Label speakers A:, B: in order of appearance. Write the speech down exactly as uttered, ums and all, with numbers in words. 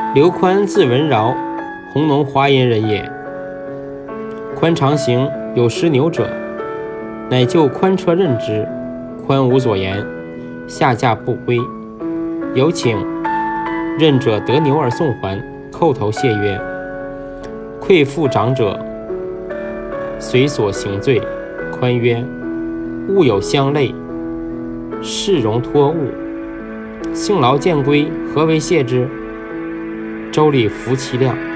A: 刘宽字文饶，弘农华阴人也。宽常行，有失牛者，乃就宽车任之。宽无所言，下驾不归。有请任者得牛而送还，叩头谢曰：愧负长者，随所行罪。宽曰：物有相类，事容托物，幸劳见归，何为谢之？周礼服其量。